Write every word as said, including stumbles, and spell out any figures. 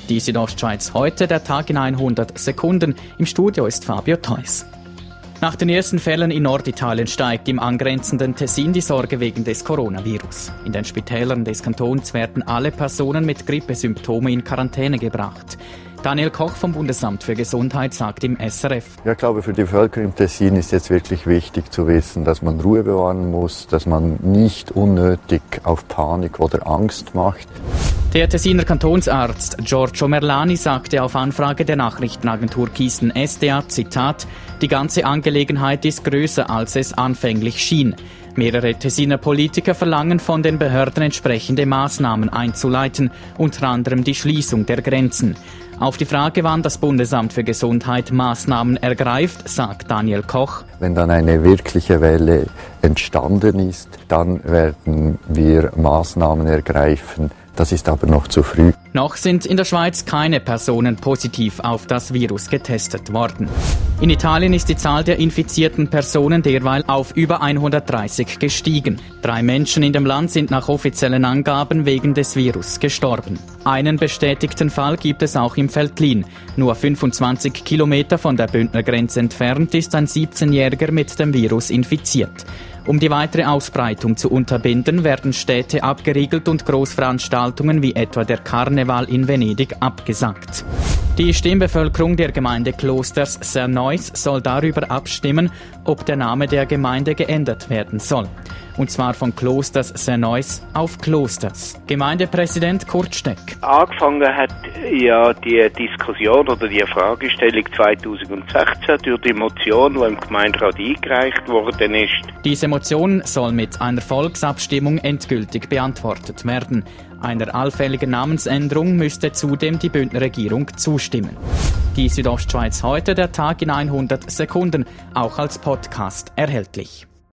Die Südostschweiz heute, der Tag in hundert Sekunden. Im Studio ist Fabio Theus. Nach den ersten Fällen in Norditalien steigt im angrenzenden Tessin die Sorge wegen des Coronavirus. In den Spitälern des Kantons werden alle Personen mit Grippesymptomen in Quarantäne gebracht. Daniel Koch vom Bundesamt für Gesundheit sagt im S R F. Ja, ich glaube, für die Bevölkerung im Tessin ist jetzt wirklich wichtig zu wissen, dass man Ruhe bewahren muss, dass man nicht unnötig auf Panik oder Angst macht. Der Tessiner Kantonsarzt Giorgio Merlani sagte auf Anfrage der Nachrichtenagentur Kisten S D A, Zitat, die ganze Angelegenheit ist größer, als es anfänglich schien. Mehrere Tessiner Politiker verlangen von den Behörden entsprechende Maßnahmen einzuleiten, unter anderem die Schließung der Grenzen. Auf die Frage, wann das Bundesamt für Gesundheit Maßnahmen ergreift, sagt Daniel Koch. Wenn dann eine wirkliche Welle entstanden ist, dann werden wir Maßnahmen ergreifen. Das ist aber noch zu früh. Noch sind in der Schweiz keine Personen positiv auf das Virus getestet worden. In Italien ist die Zahl der infizierten Personen derweil auf über hundertdreißig gestiegen. Drei Menschen in dem Land sind nach offiziellen Angaben wegen des Virus gestorben. Einen bestätigten Fall gibt es auch im Veltlin. Nur fünfundzwanzig Kilometer von der Bündner Grenze entfernt ist ein siebzehnjähriger mit dem Virus infiziert. Um die weitere Ausbreitung zu unterbinden, werden Städte abgeriegelt und Großveranstaltungen wie etwa der Karneval in Venedig abgesagt. Die Stimmbevölkerung der Gemeinde Klosters Serneus soll darüber abstimmen, ob der Name der Gemeinde geändert werden soll. Und zwar von Klosters Serneus auf Klosters. Gemeindepräsident Kurt Steck. Angefangen hat ja die Diskussion oder die Fragestellung zweitausendsechzehn durch die Motion, die im Gemeinderat eingereicht worden ist. Diese Motion soll mit einer Volksabstimmung endgültig beantwortet werden. Einer allfälligen Namensänderung müsste zudem die Bündner Regierung zustimmen. Die Südostschweiz heute, der Tag in hundert Sekunden, auch als Podcast erhältlich.